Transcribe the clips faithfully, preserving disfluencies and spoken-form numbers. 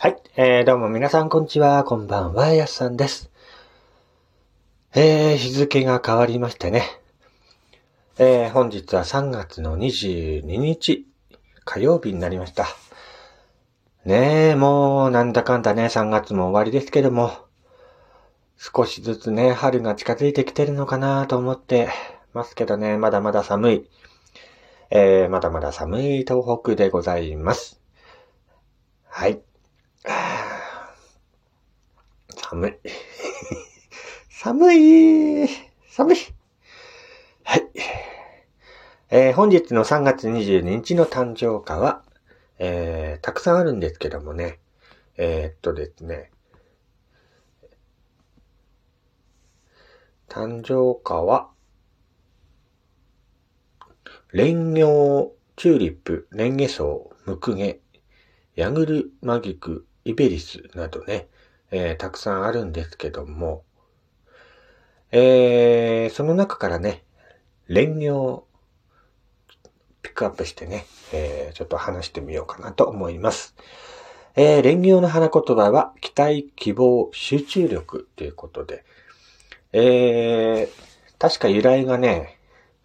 はい、えー、どうも皆さんこんにちは、こんばんは、やすさんです。えー、日付が変わりましてね、えー、本日はさんがつのにじゅうににち、火曜日になりました。ねえ、もうなんだかんだね、さんがつも終わりですけども、少しずつね、春が近づいてきてるのかなと思ってますけどね、まだまだ寒い、えー、まだまだ寒い東北でございます。はい。寒い。寒い。寒い。はい。えー、本日のさんがつにじゅうににちの誕生花は、えー、たくさんあるんですけどもね、えー、っとですね、誕生花は、蓮葉、チューリップ、レンゲソウ、ムクゲ、ヤグルマギク、イベリスなどね、えー、たくさんあるんですけども、えー、その中からね、蓮葉をピックアップしてね、えー、ちょっと話してみようかなと思います。えー、蓮葉の花言葉は、期待、希望、集中力ということで、えー、確か由来がね、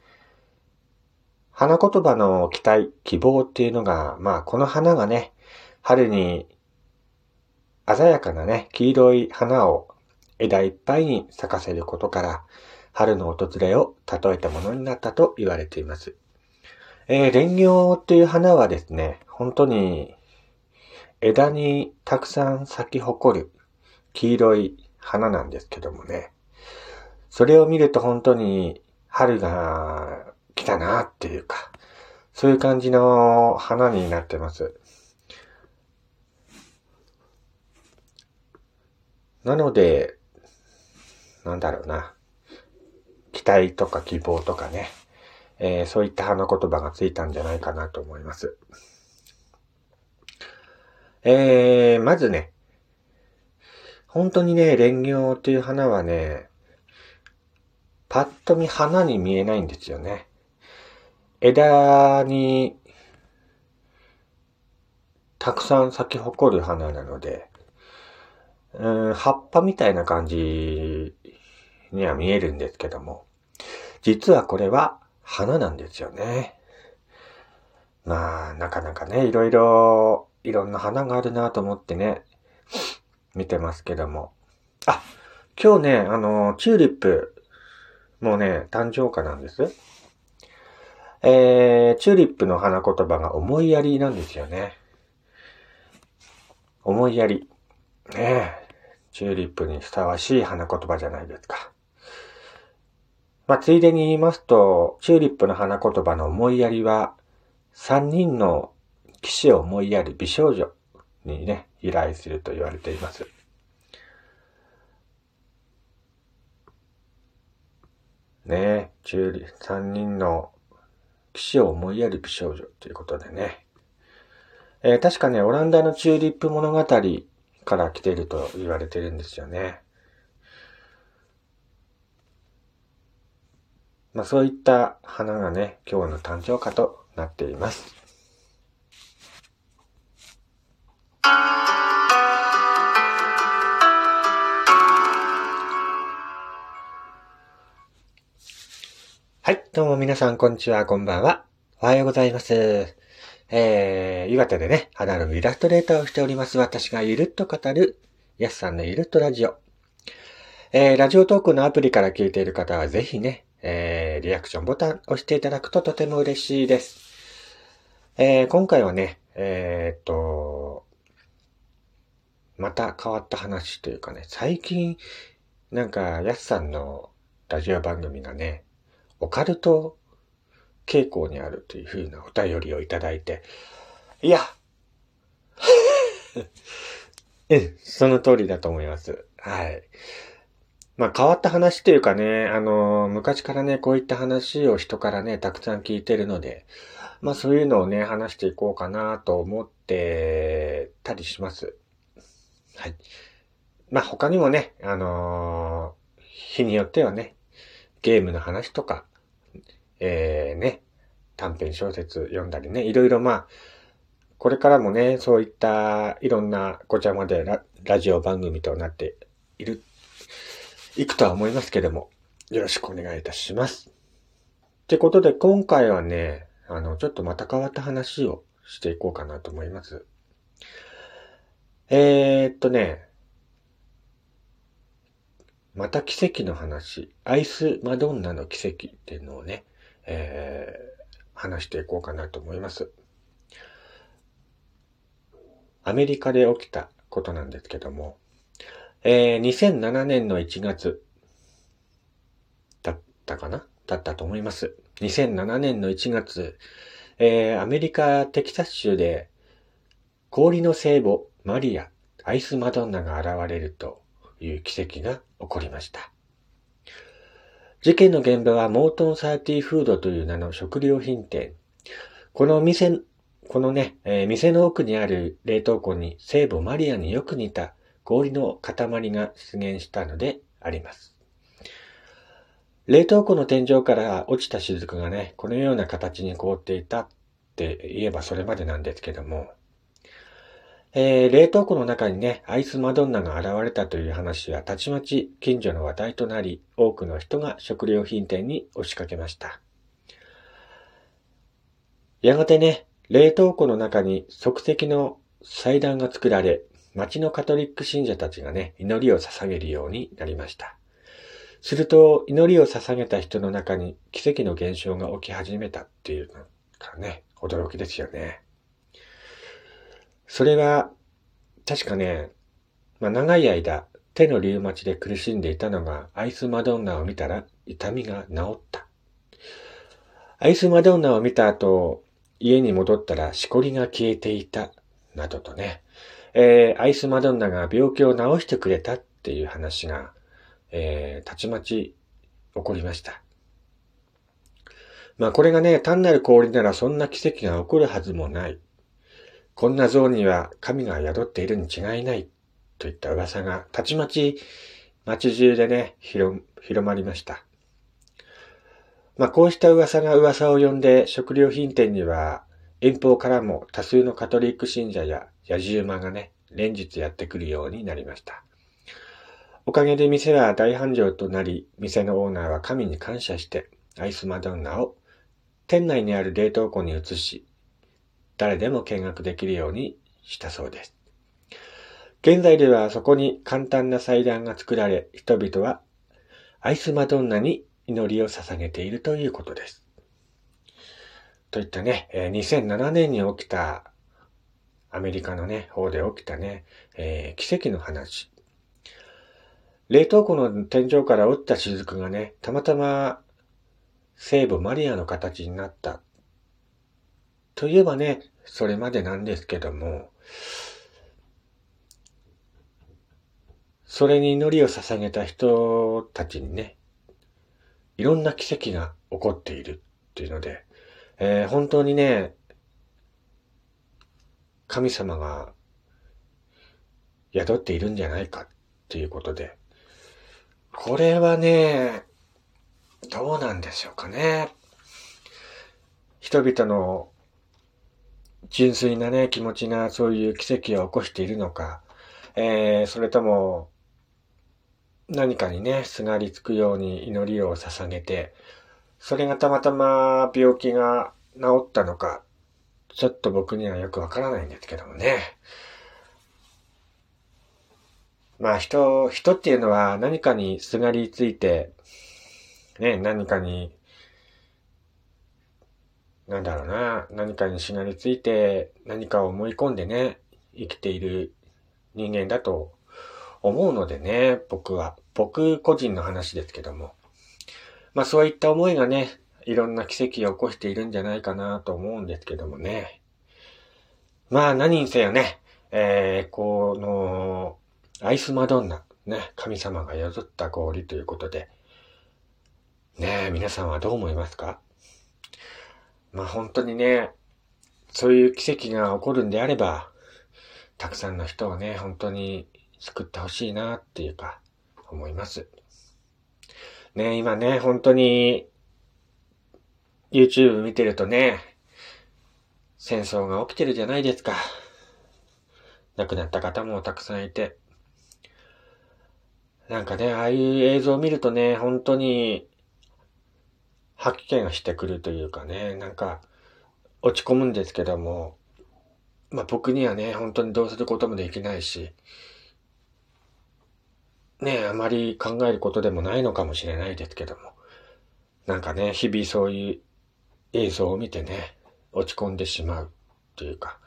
花言葉の期待、希望っていうのが、まあこの花がね、春に鮮やかなね、黄色い花を枝いっぱいに咲かせることから、春の訪れを例えたものになったと言われています。えー、蓮葉っていう花はですね、本当に枝にたくさん咲き誇る黄色い花なんですけどもね、それを見ると本当に春が来たなっていうか、そういう感じの花になってます。なので、なんだろうな、期待とか希望とかね、えー、そういった花言葉がついたんじゃないかなと思います。えー、まずね、本当にね、蓮葉っていう花はね、パッと見花に見えないんですよね。枝にたくさん咲き誇る花なので、うん、葉っぱみたいな感じには見えるんですけども、実はこれは花なんですよね。まあ、なかなかね、いろいろ、いろんな花があるなと思ってね、見てますけども。あ、今日ね、あの、チューリップ、もうね、誕生花なんです。えー、チューリップの花言葉が思いやりなんですよね。思いやり。ねえ、チューリップにふさわしい花言葉じゃないですか。まあ、ついでに言いますと、チューリップの花言葉の思いやりは、三人の騎士を思いやる美少女にね、由来すると言われています。ねえ、チューリ、三人の騎士を思いやる美少女ということでね。えー、確かね、オランダのチューリップ物語から来ていると言われてるんですよね。まあそういった花がね、今日の誕生花となっています。はい、どうも皆さんこんにちは、こんばんは。おはようございます。えー、岩手でね、花のイラストレーターをしております私がゆるっと語る、やすさんのゆるっとラジオ。えー、ラジオトークのアプリから聞いている方はぜひね、えー、リアクションボタン押していただくととても嬉しいです。えー、今回はね、えー、っと、また変わった話というかね、最近、なんか、やすさんのラジオ番組がね、オカルト傾向にあるという風なお便りをいただいて、いや、うん、その通りだと思います。はい。まあ変わった話というかね、あの、昔からね、こういった話を人からね、たくさん聞いてるので、まあそういうのをね、話していこうかなと思ってたりします。はい。まあ他にもね、あのー日によってはね、ゲームの話とか、えー、ね、短編小説読んだりね、いろいろまあ、 これからもね、そういったいろんなごちゃまで ラ, ラジオ番組となっている、いくとは思いますけども、よろしくお願いいたします。ってことで今回はね、あの、ちょっとまた変わった話をしていこうかなと思います。えーっとね、また奇跡の話、アイスマドンナの奇跡っていうのをね、えー、話していこうかなと思います。アメリカで起きたことなんですけども、えー、にせんななねんのいちがつだったかなだったと思います。にせんななねんのいちがつ、えー、アメリカテキサス州で氷の聖母マリア、アイスマドンナが現れるという奇跡が起こりました。事件の現場はモートンサーティーフードという名の食料品店。この店、このね、えー、店の奥にある冷凍庫に聖母マリアによく似た氷の塊が出現したのであります。冷凍庫の天井から落ちた雫がね、このような形に凍っていたって言えばそれまでなんですけども、えー、冷凍庫の中にね、アイスマドンナが現れたという話はたちまち近所の話題となり、多くの人が食料品店に押しかけました。やがてね、冷凍庫の中に即席の祭壇が作られ、町のカトリック信者たちがね、祈りを捧げるようになりました。すると、祈りを捧げた人の中に奇跡の現象が起き始めたっていうのがね、驚きですよね。それは、確かね、まあ、長い間、手のリウマチで苦しんでいたのが、アイスマドンナを見たら痛みが治った。アイスマドンナを見た後、家に戻ったらしこりが消えていた、などとね、えー、アイスマドンナが病気を治してくれたっていう話が、えー、たちまち起こりました。まあこれがね、単なる氷ならそんな奇跡が起こるはずもない。こんな像には神が宿っているに違いない。といった噂がたちまち街中でね、広、広まりました。まあこうした噂が噂を呼んで食料品店には遠方からも多数のカトリック信者や野じ馬がね、連日やってくるようになりました。おかげで店は大繁盛となり、店のオーナーは神に感謝してアイスマドンナを店内にある冷凍庫に移し、誰でも見学できるようにしたそうです。現在ではそこに簡単な祭壇が作られ、人々はアイスマドンナに祈りを捧げているということです。といったね、にせんななねんに起きたアメリカのね、方で起きたね、えー、奇跡の話。冷凍庫の天井から落ちた雫がね、たまたま聖母マリアの形になった。といえばね、それまでなんですけども、それに祈りを捧げた人たちにね、いろんな奇跡が起こっているっていうので、えー、本当にね、神様が宿っているんじゃないかっていうことで、これはね、どうなんでしょうかね。人々の純粋なね、気持ちがそういう奇跡を起こしているのか、えー、それとも何かにね、すがりつくように祈りを捧げて、それがたまたま病気が治ったのか、ちょっと僕にはよくわからないんですけどもね。まあ人、人っていうのは何かにすがりついて、ね、何かに、なんだろうな、何かにしがりついて、何かを思い込んでね、生きている人間だと思うのでね、僕は。僕個人の話ですけども。まあそういった思いがね、いろんな奇跡を起こしているんじゃないかなと思うんですけどもね。まあ何にせよね、えー、この、アイスマドンナ、ね、神様が宿った氷ということで、ねえ、皆さんはどう思いますか？まあ本当にね、そういう奇跡が起こるんであれば、たくさんの人をね、本当に救ってほしいなっていうか、思います。ね、今ね、本当に YouTube 見てるとね、 戦争が起きてるじゃないですか。亡くなった方もたくさんいて。なんかね、ああいう映像を見るとね、本当に吐き気がしてくるというかね、なんか落ち込むんですけども、まあ僕にはね、本当にどうすることもできないし、ね、あまり考えることでもないのかもしれないですけども、なんかね、日々そういう映像を見てね、落ち込んでしまうというか、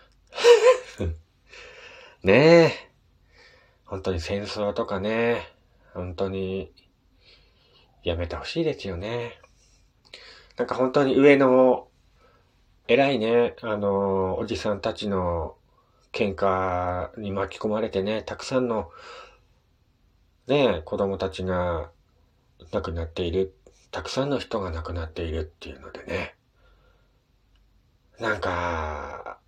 ねえ、本当に戦争とかね、本当にやめてほしいですよね。なんか本当に上の偉いね、あの、おじさんたちの喧嘩に巻き込まれてね、たくさんのね、子供たちが亡くなっている、たくさんの人が亡くなっているっていうのでね、なんか、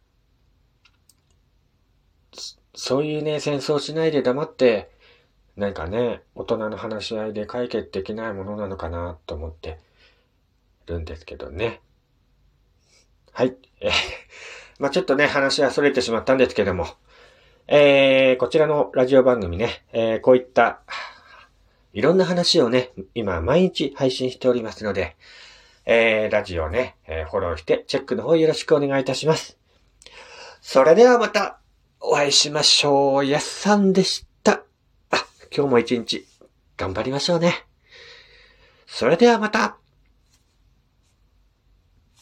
そういうね、戦争しないで黙って、なんかね、大人の話し合いで解決できないものなのかなと思ってるんですけどね。はい。えー、まあちょっとね、話は逸れてしまったんですけども、えー、こちらのラジオ番組ね、えー、こういった、いろんな話をね、今毎日配信しておりますので、えー、ラジオをね、えー、フォローしてチェックの方よろしくお願いいたします。それではまたお会いしましょう。やっさんでした。あ、今日も一日頑張りましょうね。それではまた。